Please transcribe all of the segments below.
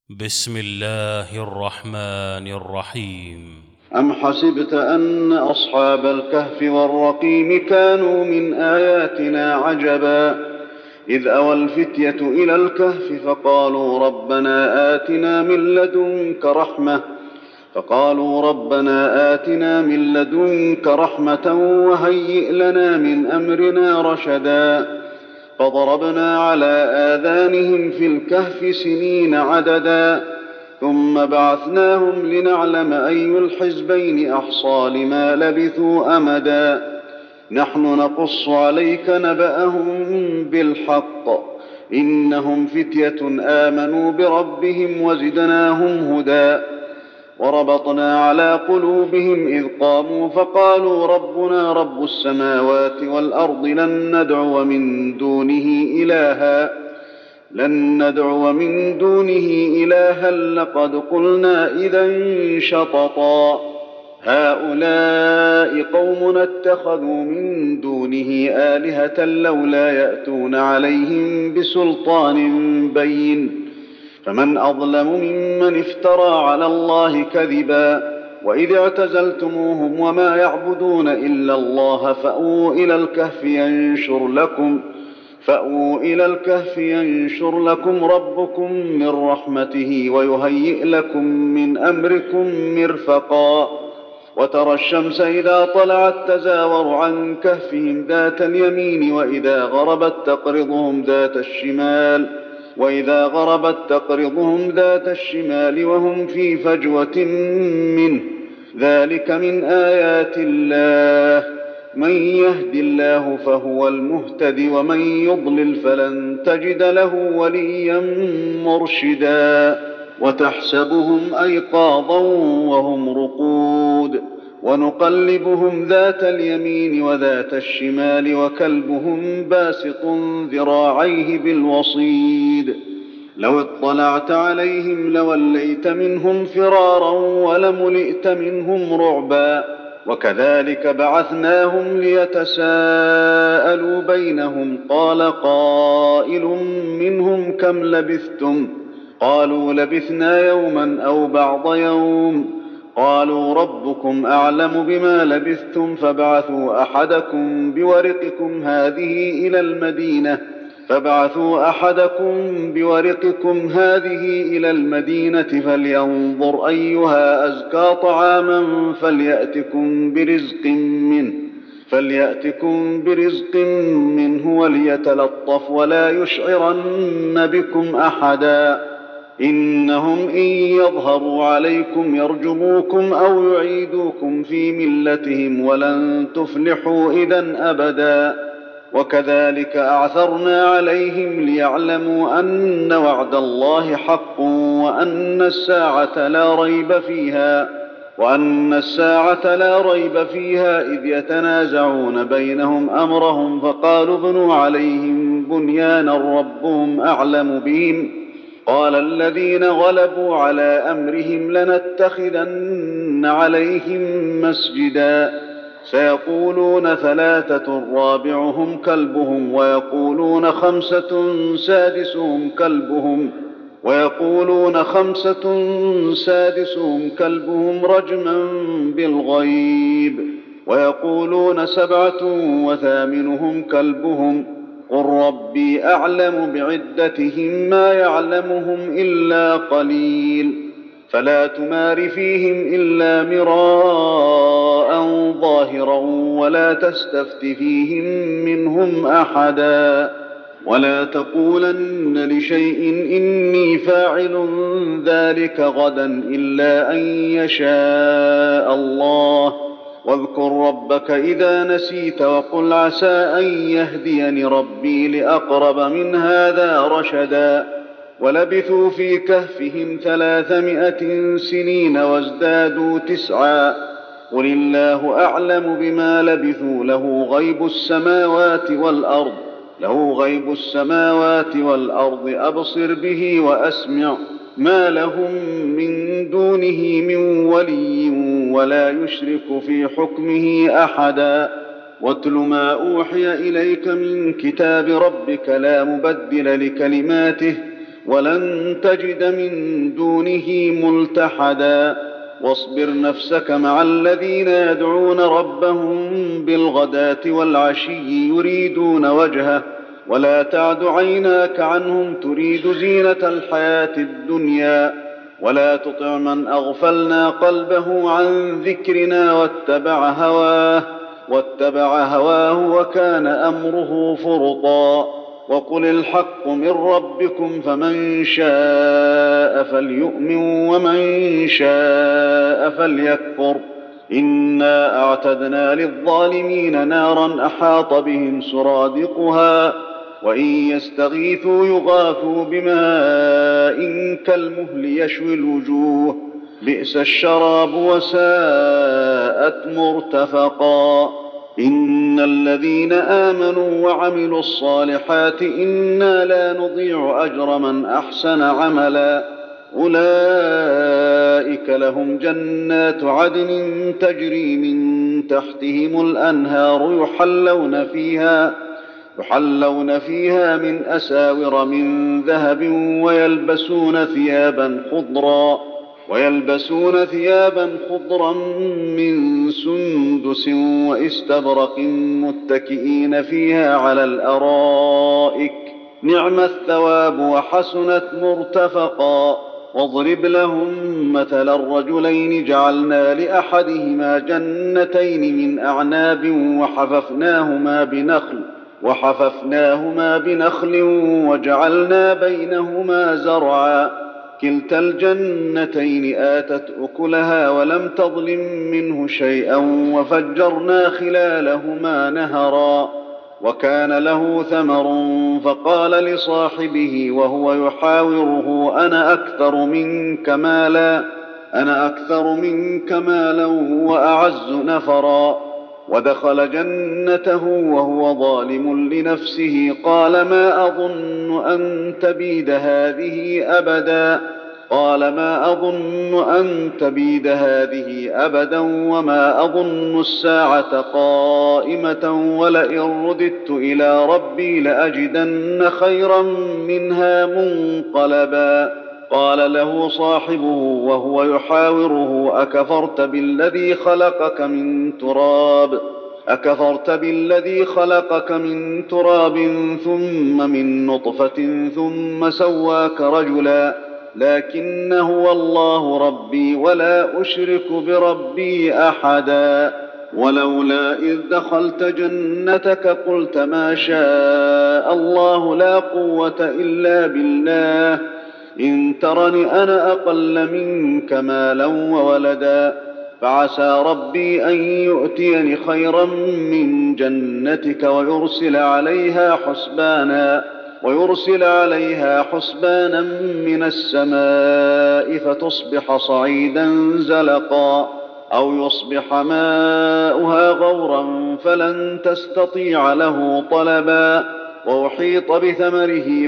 بسم الله الرحمن الرحيم. أم حسبت أن أصحاب الكهف والرقيم كانوا من آياتنا عجبا إذ أوى الفتية إلى الكهف فقالوا ربنا آتنا من لدنك رحمة وهيئ لنا من أمرنا رشدا فضربنا على آذانهم في الكهف سنين عددا ثم بعثناهم لنعلم أي الحزبين أحصى لما لبثوا أمدا نحن نقص عليك نبأهم بالحق إنهم فتية آمنوا بربهم وزدناهم هدى وربطنا على قلوبهم إذ قاموا فقالوا ربنا رب السماوات والأرض لن ندعو من دونه إلها لقد قلنا إذا شططا هؤلاء قومنا اتخذوا من دونه آلهة لولا يأتون عليهم بسلطان بين فمن أظلم ممن افترى على الله كذبا وإذ اعتزلتموهم وما يعبدون إلا الله فأووا إلى الكهف ينشر لكم ربكم من رحمته ويهيئ لكم من أمركم مرفقا وترى الشمس إذا طلعت تزاور عن كهفهم ذات اليمين وإذا غربت تقرضهم ذات الشمال وهم في فجوة منه ذلك من آيات الله من يهد الله فهو المهتد ومن يضلل فلن تجد له وليا مرشدا وتحسبهم أيقاظا وهم رقود ونقلبهم ذات اليمين وذات الشمال وكلبهم باسط ذراعيه بالوصيد لو اطلعت عليهم لوليت منهم فرارا ولملئت منهم رعبا وكذلك بعثناهم ليتساءلوا بينهم قال قائل منهم كم لبثتم قالوا لبثنا يوما أو بعض يوم قالوا ربكم أعلم بما لبثتم فابعثوا أحدكم بورقكم هذه إلى المدينة فلينظر أيها أزكى طعاما فليأتكم برزق منه وليتلطف ولا يشعرن بكم أحدا إنهم إن يظهروا عليكم يرجموكم أو يعيدوكم في ملتهم ولن تفلحوا إذن أبدا وكذلك أعثرنا عليهم ليعلموا أن وعد الله حق وأن الساعة لا ريب فيها إذ يتنازعون بينهم أمرهم فقالوا ابنوا عليهم بنيانا ربهم أعلم بهم قال الذين غلبوا على أمرهم لنتخذن عليهم مسجدا سيقولون 3 رابعهم كلبهم ويقولون 5 سادسهم كلبهم رجما بالغيب ويقولون 7 وثامنهم كلبهم قل ربي أعلم بعدتهم ما يعلمهم إلا قليل فلا تمار فيهم إلا مراء ظاهرا ولا تستفت فيهم منهم أحدا ولا تقولن لشيء إني فاعل ذلك غدا إلا أن يشاء الله واذكر ربك إذا نسيت وقل عسى أن يهديني ربي لأقرب من هذا رشدا ولبثوا في كهفهم 300 سنين وازدادوا 9 قل الله أعلم بما لبثوا له غيب السماوات والأرض أبصر به وأسمع ما لهم من دونه من ولي ولا يشرك في حكمه أحدا واتل ما أوحي إليك من كتاب ربك لا مبدل لكلماته ولن تجد من دونه ملتحدا واصبر نفسك مع الذين يدعون ربهم بالغداة والعشي يريدون وجهه ولا تعد عيناك عنهم تريد زينة الحياة الدنيا ولا تطع من أغفلنا قلبه عن ذكرنا واتبع هواه وكان أمره فرطا وقل الحق من ربكم فمن شاء فليؤمن ومن شاء فليكفر إنا أعتدنا للظالمين نارا أحاط بهم سرادقها وإن يستغيثوا يغاثوا بماء كالمهل يشوي الوجوه بئس الشراب وساءت مرتفقا إن الذين آمنوا وعملوا الصالحات إنا لا نضيع أجر من أحسن عملا أولئك لهم جنات عدن تجري من تحتهم الأنهار يحلون فيها من أساور من ذهب ويلبسون ثيابا خضرا من سندس واستبرق متكئين فيها على الأرائك نعم الثواب وحسنت مرتفقا واضرب لهم مثل الرجلين جعلنا لأحدهما جنتين من أعناب وحففناهما بنخل وجعلنا بينهما زرعا كلتا الجنتين آتت أكلها ولم تظلم منه شيئا وفجرنا خلالهما نهرا وكان له ثمر فقال لصاحبه وهو يحاوره أنا أكثر منك مالا وأعز نفرا ودخل جنته وهو ظالم لنفسه قال ما أظن أن تبيد هذه أبدا وما أظن الساعة قائمة ولئن رددت إلى ربي لأجدن خيرا منها منقلبا قال له صاحبه وهو يحاوره أكفرت بالذي خلقك من تراب ثم من نطفة ثم سواك رجلا لكن هو الله ربي ولا أشرك بربي أحدا ولولا إذ دخلت جنتك قلت ما شاء الله لا قوة إلا بالله إن ترني أنا أقل منك مالا وولدا فعسى ربي أن يؤتيني خيرا من جنتك ويرسل عليها حسبانا من السماء فتصبح صعيدا زلقا أو يصبح ماؤها غورا فلن تستطيع له طلبا وأحيط بثمره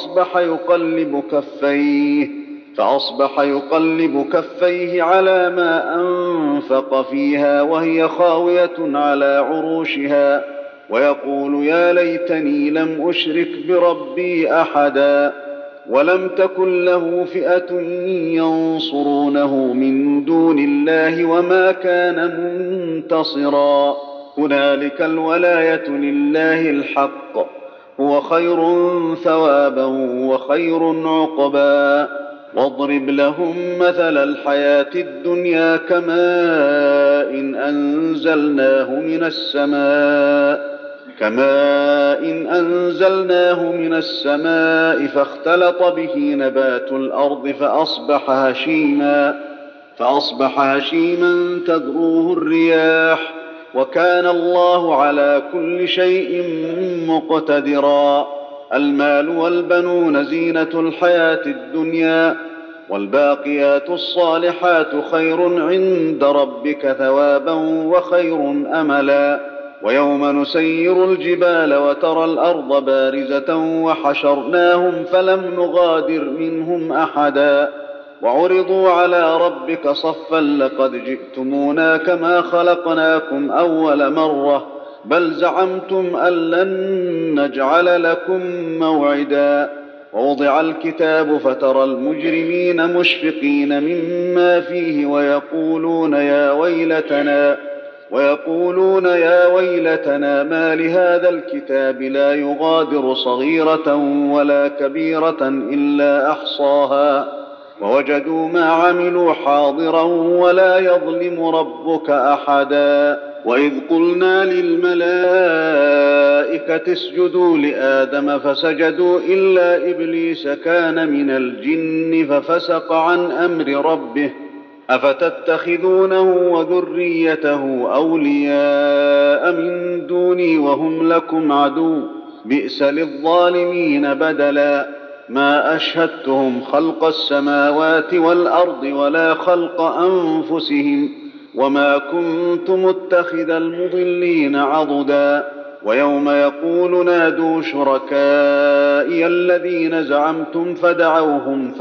فأصبح يقلب كفيه على ما أنفق فيها وهي خاوية على عروشها ويقول يا ليتني لم أشرك بربي أحدا ولم تكن له فئة ينصرونه من دون الله وما كان منتصرا هنالك الولاية لله الحق هو خير ثوابا وخير عقبا واضرب لهم مثل الحياة الدنيا كماء أنزلناه من السماء فاختلط به نبات الأرض فأصبح هشيما تذروه الرياح وكان الله على كل شيء مقتدرا المال والبنون زينة الحياة الدنيا والباقيات الصالحات خير عند ربك ثوابا وخير أملا ويوم نسير الجبال وترى الأرض بارزة وحشرناهم فلم نغادر منهم أحدا وعرضوا على ربك صفا لقد جئتمونا كما خلقناكم أول مرة بل زعمتم أن لن نجعل لكم موعدا ووضع الكتاب فترى المجرمين مشفقين مما فيه ويقولون يا ويلتنا ما لهذا الكتاب لا يغادر صغيرة ولا كبيرة إلا أحصاها ووجدوا ما عملوا حاضرا ولا يظلم ربك أحدا. وإذ قلنا للملائكة اسجدوا لآدم فسجدوا إلا إبليس كان من الجن ففسق عن أمر ربه أفتتخذونه وذريته أولياء من دوني وهم لكم عدو بئس للظالمين بدلا. ما أشهدتهم خلق السماوات والأرض ولا خلق أنفسهم وما كنت متخذ المضلين عضدا. ويوم يقول نادوا شركائي الذين زعمتم فدعوهم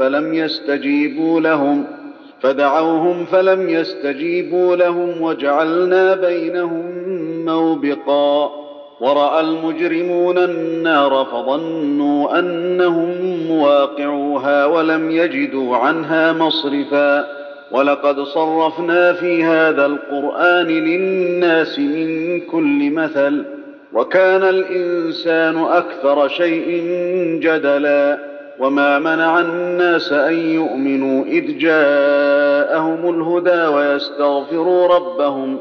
فلم يستجيبوا لهم وجعلنا بينهم موبقا. ورأى المجرمون النار فظنوا أنهم مواقعوها ولم يجدوا عنها مصرفا. ولقد صرفنا في هذا القرآن للناس من كل مثل وكان الإنسان أكثر شيء جدلا. وما منع الناس أن يؤمنوا إذ جاءهم الهدى ويستغفروا ربهم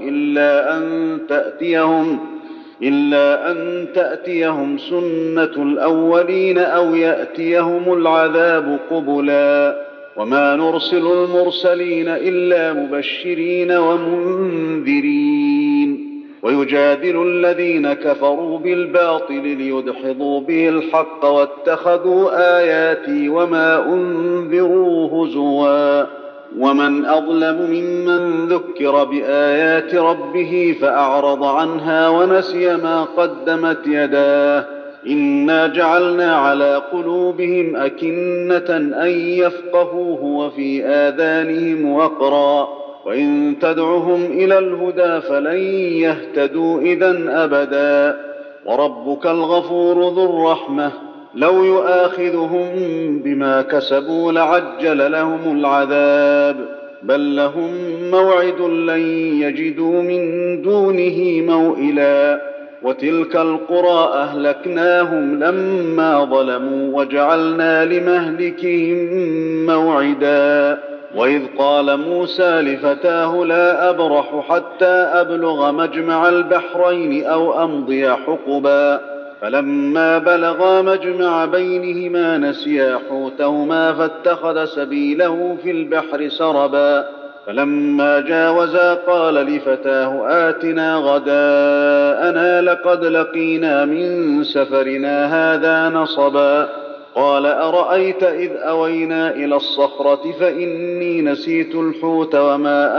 إلا أن تأتيهم سنة الأولين أو يأتيهم العذاب قبلا. وما نرسل المرسلين إلا مبشرين ومنذرين ويجادل الذين كفروا بالباطل ليدحضوا به الحق واتخذوا آياتي وما أنذروا هزوا. ومن أظلم ممن ذكر بآيات ربه فأعرض عنها ونسي ما قدمت يداه إنا جعلنا على قلوبهم أكنة أن يفقهوه وفي آذانهم وقرا وإن تدعهم إلى الهدى فلن يهتدوا إذن أبدا. وربك الغفور ذو الرحمة لو يؤاخذهم بما كسبوا لعجل لهم العذاب بل لهم موعد لن يجدوا من دونه موئلا. وتلك القرى أهلكناهم لما ظلموا وجعلنا لمهلكهم موعدا. وإذ قال موسى لفتاه لا أبرح حتى أبلغ مجمع البحرين أو أمضي حقبا فلما بلغا مجمع بينهما نسيا حوتهما فاتخذ سبيله في البحر سربا فلما جاوزا قال لفتاه آتنا غداءنا لقد لقينا من سفرنا هذا نصبا قال أرأيت إذ أوينا إلى الصخرة فإني نسيت الحوت وما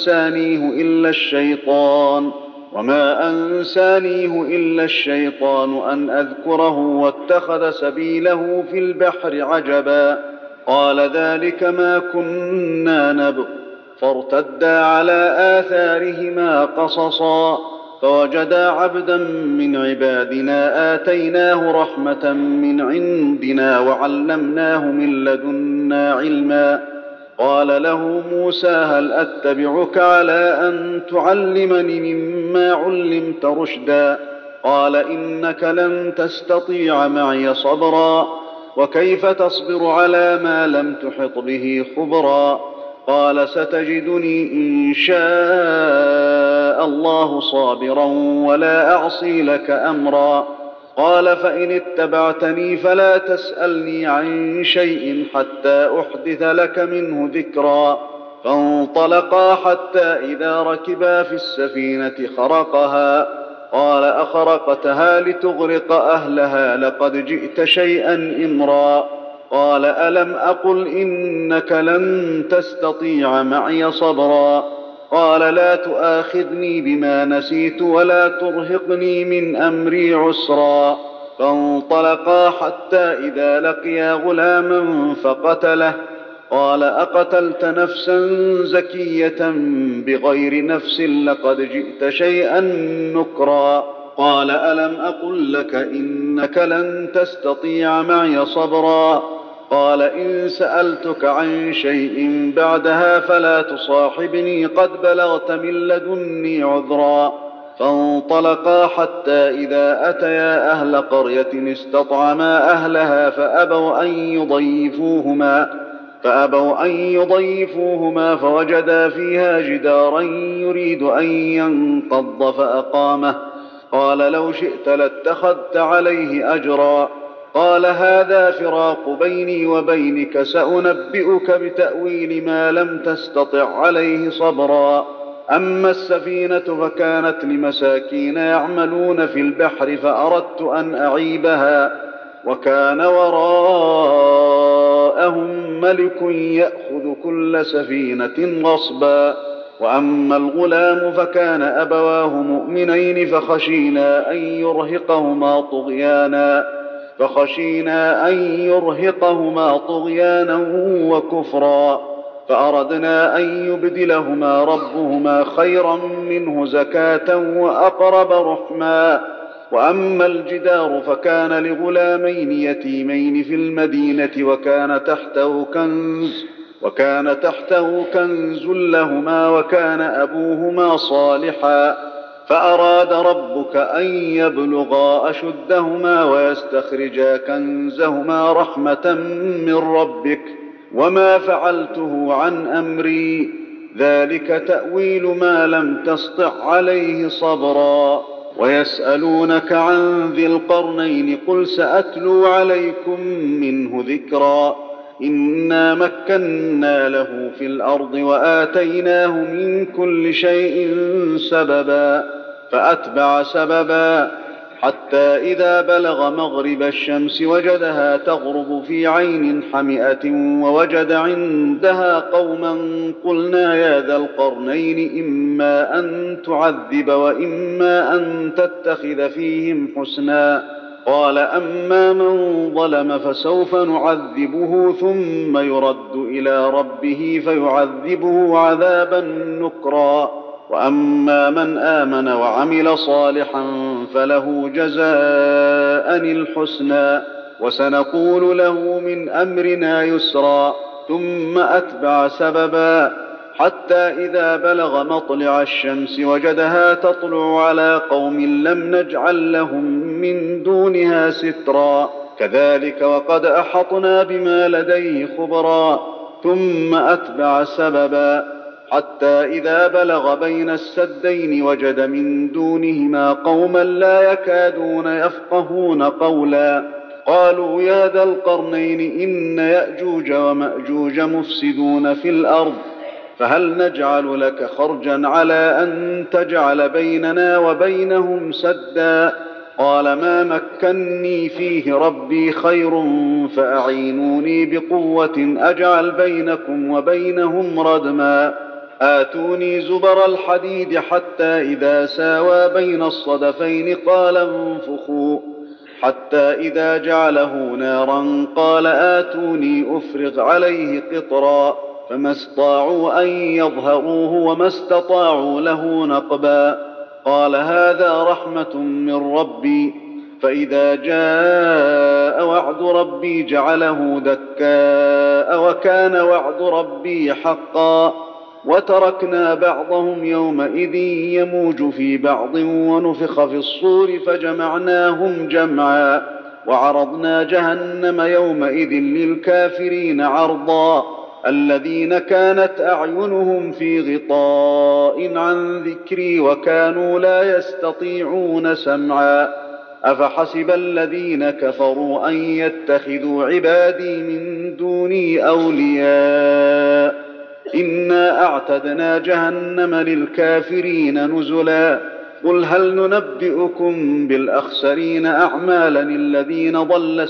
أنسانيه إلا الشيطان أن أذكره واتخذ سبيله في البحر عجبا قال ذلك ما كنا نبغ فارتدا على آثارهما قصصا فوجدا عبدا من عبادنا آتيناه رحمة من عندنا وعلمناه من لدنا علما قال له موسى هل أتبعك على أن تعلمني مما علمت رشدا قال إنك لن تستطيع معي صبرا وكيف تصبر على ما لم تحط به خبرا قال ستجدني إن شاء الله صابرا ولا أعصي لك أمرا قال فإن اتبعتني فلا تسألني عن شيء حتى أحدث لك منه ذكرا فانطلقا حتى إذا ركبا في السفينة خرقها قال أخرقتها لتغرق أهلها لقد جئت شيئا إمرا قال ألم أقل إنك لن تستطيع معي صبرا قال لا تؤاخذني بما نسيت ولا ترهقني من أمري عسرا فانطلقا حتى إذا لقيا غلاما فقتله قال أقتلت نفسا زكية بغير نفس لقد جئت شيئا نكرا قال ألم أقل لك إنك لن تستطيع معي صبرا قال إن سألتك عن شيء بعدها فلا تصاحبني قد بلغت من لدني عذرا فانطلقا حتى إذا أتيا أهل قرية استطعما أهلها فأبوا أن يضيفوهما فوجدا فيها جدارا يريد أن ينقض فأقامه قال لو شئت لاتخذت عليه أجرا قال هذا فراق بيني وبينك سأنبئك بتأويل ما لم تستطع عليه صبرا أما السفينة فكانت لمساكين يعملون في البحر فأردت أن أعيبها وكان وراءهم ملك يأخذ كل سفينة غصبا وأما الغلام فكان أبواه مؤمنين فخشينا أن يرهقهما طغيانا وكفرا فأردنا أن يبدلهما ربهما خيرا منه زكاة وأقرب رحما وأما الجدار فكان لغلامين يتيمين في المدينة وكان تحته كنز لهما وكان أبوهما صالحا فأراد ربك أن يبلغا أشدهما ويستخرجا كنزهما رحمة من ربك وما فعلته عن أمري ذلك تأويل ما لم تسطع عليه صبرا ويسألونك عن ذي القرنين قل سأتلو عليكم منه ذكرا إنا مكنا له في الأرض وآتيناه من كل شيء سببا فأتبع سببا حتى إذا بلغ مغرب الشمس وجدها تغرب في عين حمئة ووجد عندها قوما قلنا يا ذا القرنين إما أن تعذب وإما أن تتخذ فيهم حسنا قال أما من ظلم فسوف نعذبه ثم يرد إلى ربه فيعذبه عذابا نكرا وأما من آمن وعمل صالحا فله جزاء الحسنى وسنقول له من أمرنا يسرا ثم أتبع سببا حتى إذا بلغ مطلع الشمس وجدها تطلع على قوم لم نجعل لهم من دونها سترا كذلك وقد أحطنا بما لديه خبرا ثم أتبع سببا حتى إذا بلغ بين السدين وجد من دونهما قوما لا يكادون يفقهون قولا قالوا يا ذا القرنين إن يأجوج ومأجوج مفسدون في الأرض فهل نجعل لك خرجا على أن تجعل بيننا وبينهم سدا قال ما مكني فيه ربي خير فأعينوني بقوة أجعل بينكم وبينهم ردما آتوني زبر الحديد حتى إذا ساوى بين الصدفين قال انفخوا حتى إذا جعله نارا قال آتوني أفرغ عليه قطرا فما استطاعوا أن يظهروه وما استطاعوا له نقبا قال هذا رحمة من ربي فإذا جاء وعد ربي جعله دكاء وكان وعد ربي حقا وتركنا بعضهم يومئذ يموج في بعض ونفخ في الصور فجمعناهم جمعا وعرضنا جهنم يومئذ للكافرين عرضا الذين كانت أعينهم في غطاء عن ذكري وكانوا لا يستطيعون سمعا أفحسب الذين كفروا أن يتخذوا عبادي من دوني أولياء إنا أعتدنا جهنم للكافرين نزلا قل هل ننبئكم بالأخسرين أعمالا الذين ضل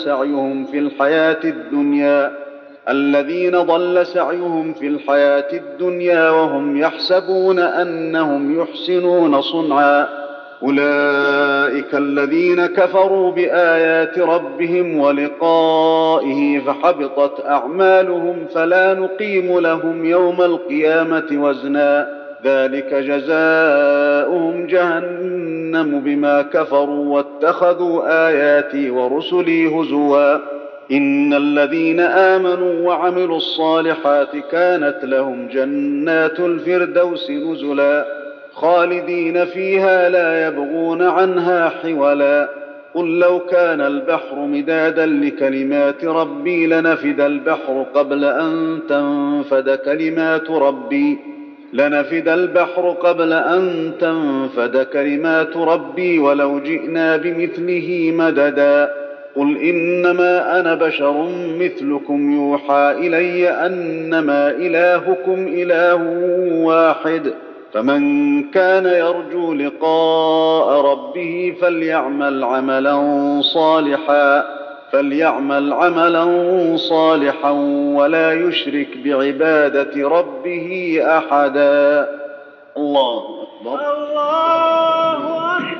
سعيهم في الحياة الدنيا وهم يحسبون أنهم يحسنون صنعا أولئك الذين كفروا بآيات ربهم ولقائه فحبطت أعمالهم فلا نقيم لهم يوم القيامة وزنا ذلك جزاؤهم جهنم جهنم بما كفروا واتخذوا آياتي ورسلي هزوا إن الذين آمنوا وعملوا الصالحات كانت لهم جنات الفردوس نزلا خالدين فيها لا يبغون عنها حولا قل لو كان البحر مدادا لكلمات ربي لنفد البحر قبل أن تنفد كلمات ربي ولو جئنا بمثله مددا قل إنما أنا بشر مثلكم يوحى إلي أنما إلهكم إله واحد فمن كان يرجو لقاء ربه فليعمل عملا صالحا ولا يشرك بعبادة ربه أحدا. الله أكبر. الله أكبر.